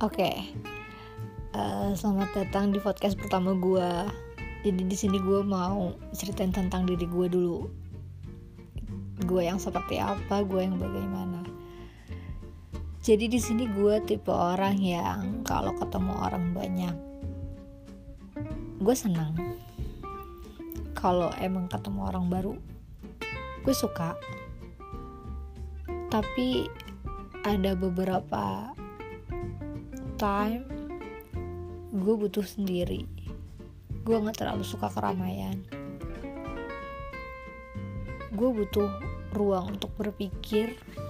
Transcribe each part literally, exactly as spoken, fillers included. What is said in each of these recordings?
Oke, uh, selamat datang di podcast pertama gue. Jadi di sini gue mau ceritain tentang diri gue dulu. Gue yang seperti apa, gue yang bagaimana. Jadi di sini gue tipe orang yang kalau ketemu orang banyak, gue senang. Kalau emang ketemu orang baru, gue suka. Tapi ada beberapa time gue butuh sendiri. Gue gak terlalu suka keramaian. Gue butuh ruang untuk berpikir.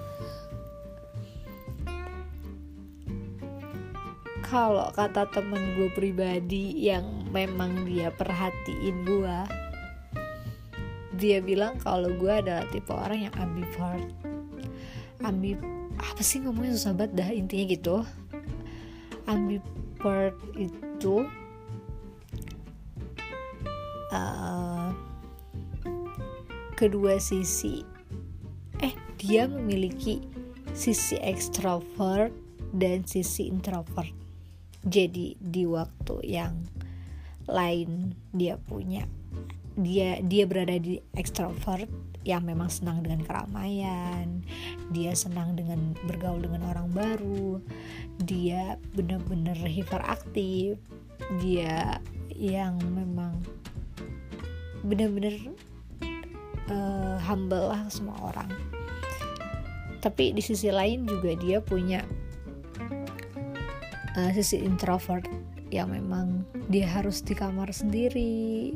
Kalau kata temen gue pribadi yang memang dia perhatiin gue, dia bilang kalau gue adalah tipe orang yang ambivert. Ambivert apa sih ngomongnya, susah banget dah, intinya gitu. Ambivert itu uh, kedua sisi eh dia memiliki sisi ekstrovert dan sisi introvert. Jadi di waktu yang lain dia punya dia dia berada di ekstrovert yang memang senang dengan keramaian, dia senang dengan bergaul dengan orang baru, dia benar-benar hiperaktif, dia yang memang benar-benar uh, humble lah semua orang. Tapi di sisi lain juga dia punya uh, sisi introvert yang memang dia harus di kamar sendiri.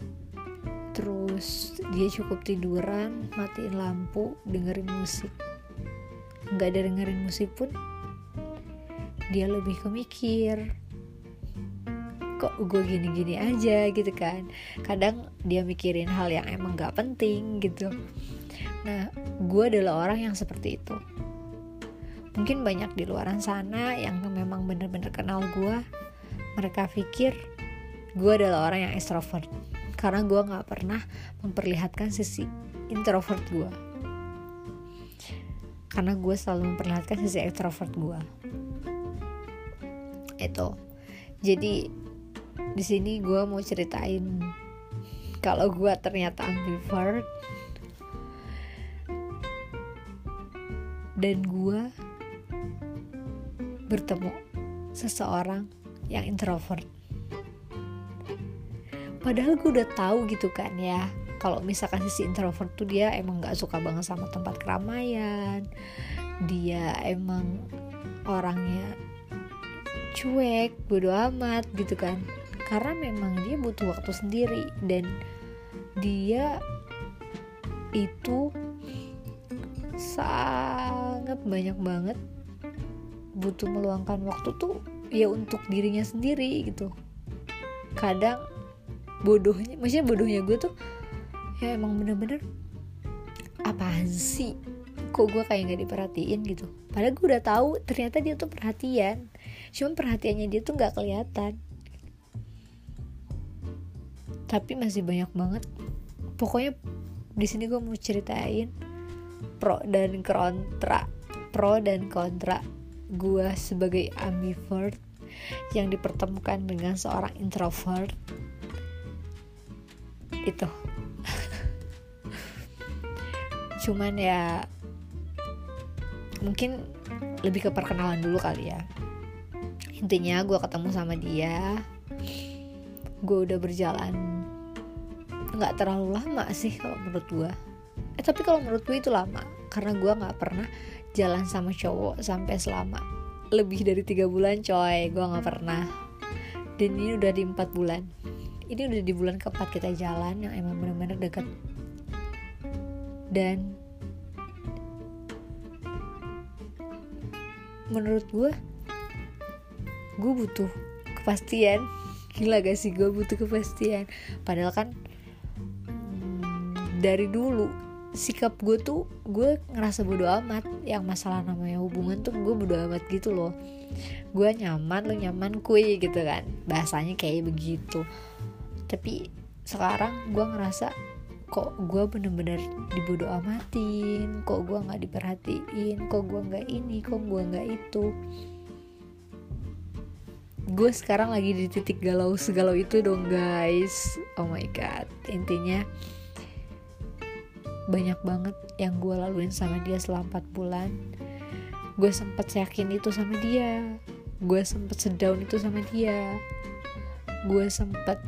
Terus dia cukup tiduran, matiin lampu, dengerin musik. Gak ada dengerin musik pun dia lebih kemikir, kok gue gini-gini aja gitu kan. Kadang dia mikirin hal yang emang gak penting gitu. Nah, gue adalah orang yang seperti itu. Mungkin banyak di luaran sana yang memang bener-bener kenal gue, mereka pikir gue adalah orang yang extrovert, karena gue gak pernah memperlihatkan sisi introvert gue. Karena gue selalu memperlihatkan sisi extrovert gue. Itu. Jadi di sini gue mau ceritain kalau gue ternyata ambivert, dan gue bertemu seseorang yang introvert. Padahal gue udah tahu gitu kan ya, kalau misalkan sisi introvert tuh dia emang gak suka banget sama tempat keramaian, dia emang orangnya cuek, bodo amat gitu kan. Karena memang dia butuh waktu sendiri, dan dia itu sangat banyak banget butuh meluangkan waktu tuh ya untuk dirinya sendiri gitu. Kadang bodohnya, maksudnya bodohnya gue tuh ya emang bener-bener apaan sih, kok gue kayak gak diperhatiin gitu. Padahal gue udah tahu ternyata dia tuh perhatian, cuman perhatiannya dia tuh gak kelihatan. Tapi masih banyak banget. Pokoknya di sini gue mau ceritain pro dan kontra, pro dan kontra gue sebagai ambivert yang dipertemukan dengan seorang introvert. Itu cuman ya mungkin lebih ke perkenalan dulu kali ya. Intinya gue ketemu sama dia, gue udah berjalan nggak terlalu lama sih kalau menurut gue. Eh tapi kalau menurut gue itu lama, karena gue nggak pernah jalan sama cowok sampai selama lebih dari tiga bulan coy, gue nggak pernah. Dan ini udah di empat bulan. Ini udah di bulan keempat kita jalan yang emang benar-benar dekat. Dan menurut gue, gue butuh kepastian. Gila gak sih, gue butuh kepastian. Padahal kan hmm, dari dulu sikap gue tuh, gue ngerasa bodo amat. Yang masalah namanya hubungan tuh gue bodo amat gitu loh. Gue nyaman, lo nyaman, kuy gitu kan. Bahasanya kayak begitu. Tapi sekarang gue ngerasa kok gue bener-bener dibodo amatin, kok gue gak diperhatiin, kok gue gak ini, kok gue gak itu. gue sekarang lagi di titik galau segalau itu dong guys. Oh my god, intinya banyak banget yang gue laluin sama dia selama empat bulan. Gue sempet yakin itu sama dia, gue sempet sedown itu sama dia, gue sempet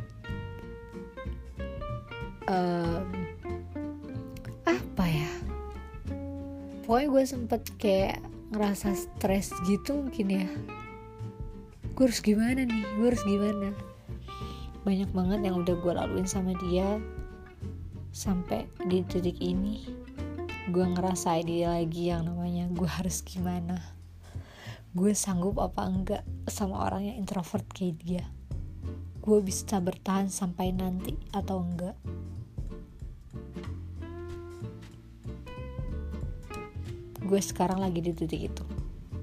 um, apa ya, pokoknya gue sempet kayak ngerasa stres gitu mungkin ya. Gue harus gimana nih, gue harus gimana. Banyak banget yang udah gue laluin sama dia. Sampai di titik ini gue ngerasain dia lagi yang namanya gue harus gimana. Gue sanggup apa enggak sama orang yang introvert kayak dia. Gue bisa bertahan sampai nanti atau enggak. Gue sekarang lagi di titik itu.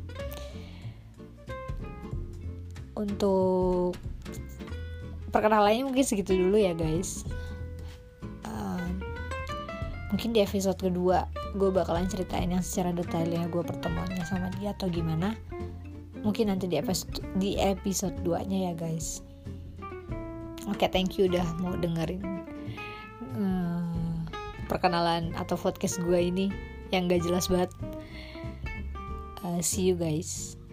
Untuk perkenalannya mungkin segitu dulu ya guys. um, Mungkin di episode kedua gue bakalan ceritain yang secara detailnya gue pertemuannya sama dia atau gimana. Mungkin nanti di episode di episode dua nya ya guys. Oke, okay, thank you udah mau dengerin uh, perkenalan atau podcast gue ini yang gak jelas banget. uh, See you guys.